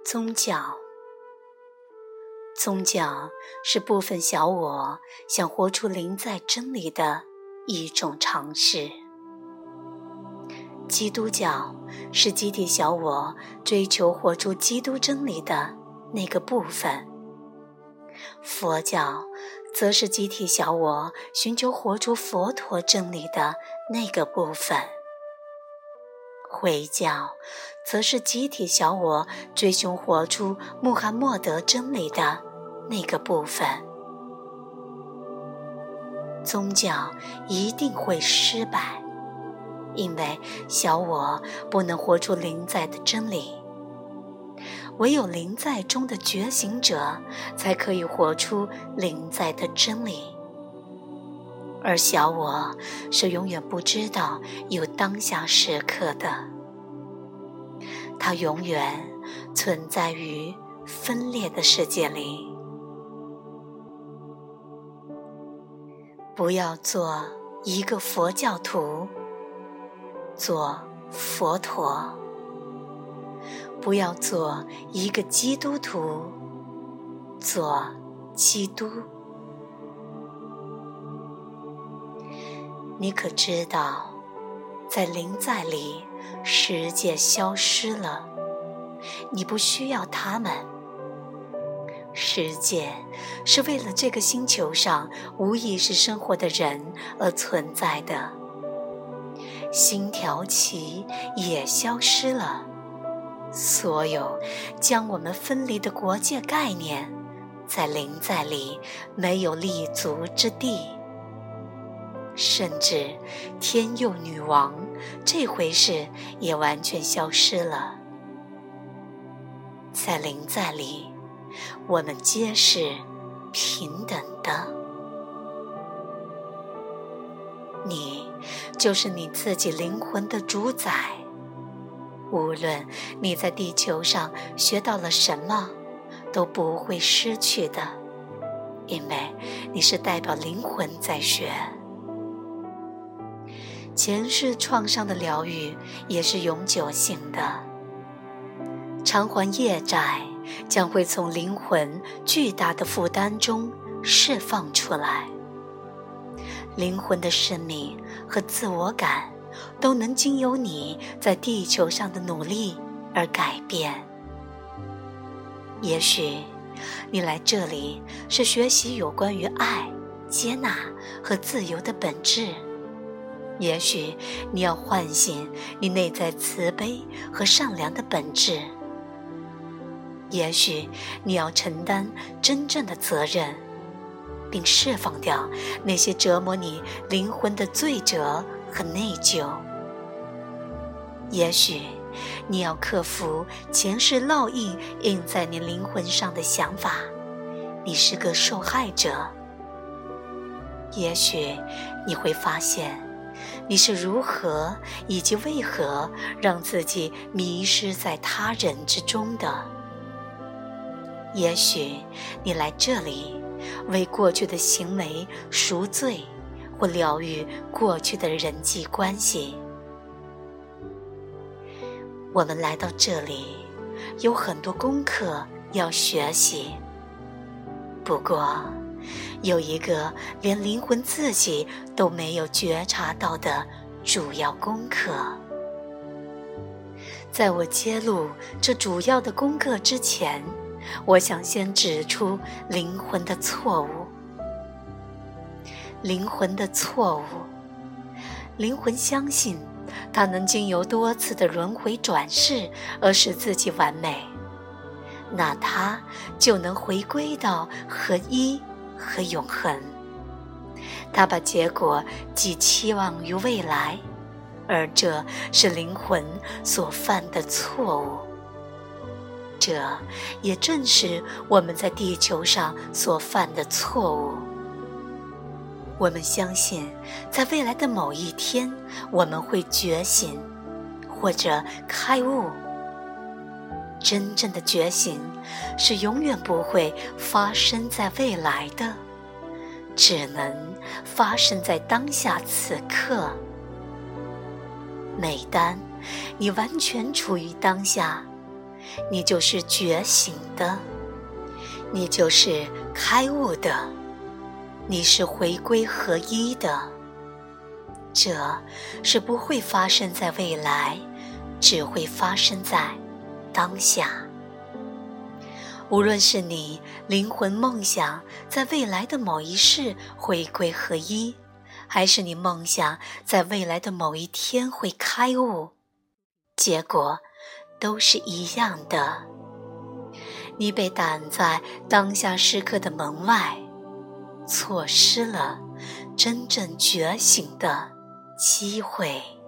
宗教是部分小我想活出临在真理的一种尝试。基督教是集体小我追求活出基督真理的那个部分。佛教则是集体小我寻求活出佛陀真理的那个部分。回教则是集体小我追求活出穆罕默德真理的那个部分。宗教一定会失败，因为小我不能活出临在的真理。唯有临在中的觉醒者才可以活出临在的真理，而小我是永远不知道有当下时刻的，它永远存在于分裂的世界里。不要做一个佛教徒，做佛陀；不要做一个基督徒，做基督。你可知道，在临在里，世界消失了，你不需要它们。世界是为了这个星球上无意识生活的人而存在的。星条旗也消失了，所有将我们分离的国界概念在临在里没有立足之地。甚至天佑女王这回事也完全消失了。在临在里，我们皆是平等的。你就是你自己灵魂的主宰。无论你在地球上学到了什么，都不会失去的，因为你是代表灵魂在学。前世创伤的疗愈也是永久性的，偿还业债将会从灵魂巨大的负担中释放出来。灵魂的生命和自我感都能经由你在地球上的努力而改变。也许你来这里是学习有关于爱、接纳和自由的本质，也许你要唤醒你内在慈悲和善良的本质，也许你要承担真正的责任，并释放掉那些折磨你灵魂的罪责和内疚。也许你要克服前世烙印在你灵魂上的想法，你是个受害者。也许你会发现你是如何以及为何让自己迷失在他人之中的。也许你来这里为过去的行为赎罪，或疗愈过去的人际关系。我们来到这里有很多功课要学习，不过有一个连灵魂自己都没有觉察到的主要功课。在我揭露这主要的功课之前，我想先指出灵魂的错误。灵魂的错误，灵魂相信它能经由多次的轮回转世而使自己完美，那它就能回归到合一和永恒。它把结果寄期望于未来，而这是灵魂所犯的错误。这也正是我们在地球上所犯的错误。我们相信在未来的某一天我们会觉醒或者开悟。真正的觉醒是永远不会发生在未来的，只能发生在当下此刻。每当你完全处于当下， 你就是觉醒的，你就是开悟的，你是回归合一的。这是不会发生在未来，只会发生在当下。无论是你灵魂梦想在未来的某一世回归合一，还是你梦想在未来的某一天会开悟，结果都是一样的。你被挡在当下时刻的门外，错失了真正觉醒的机会。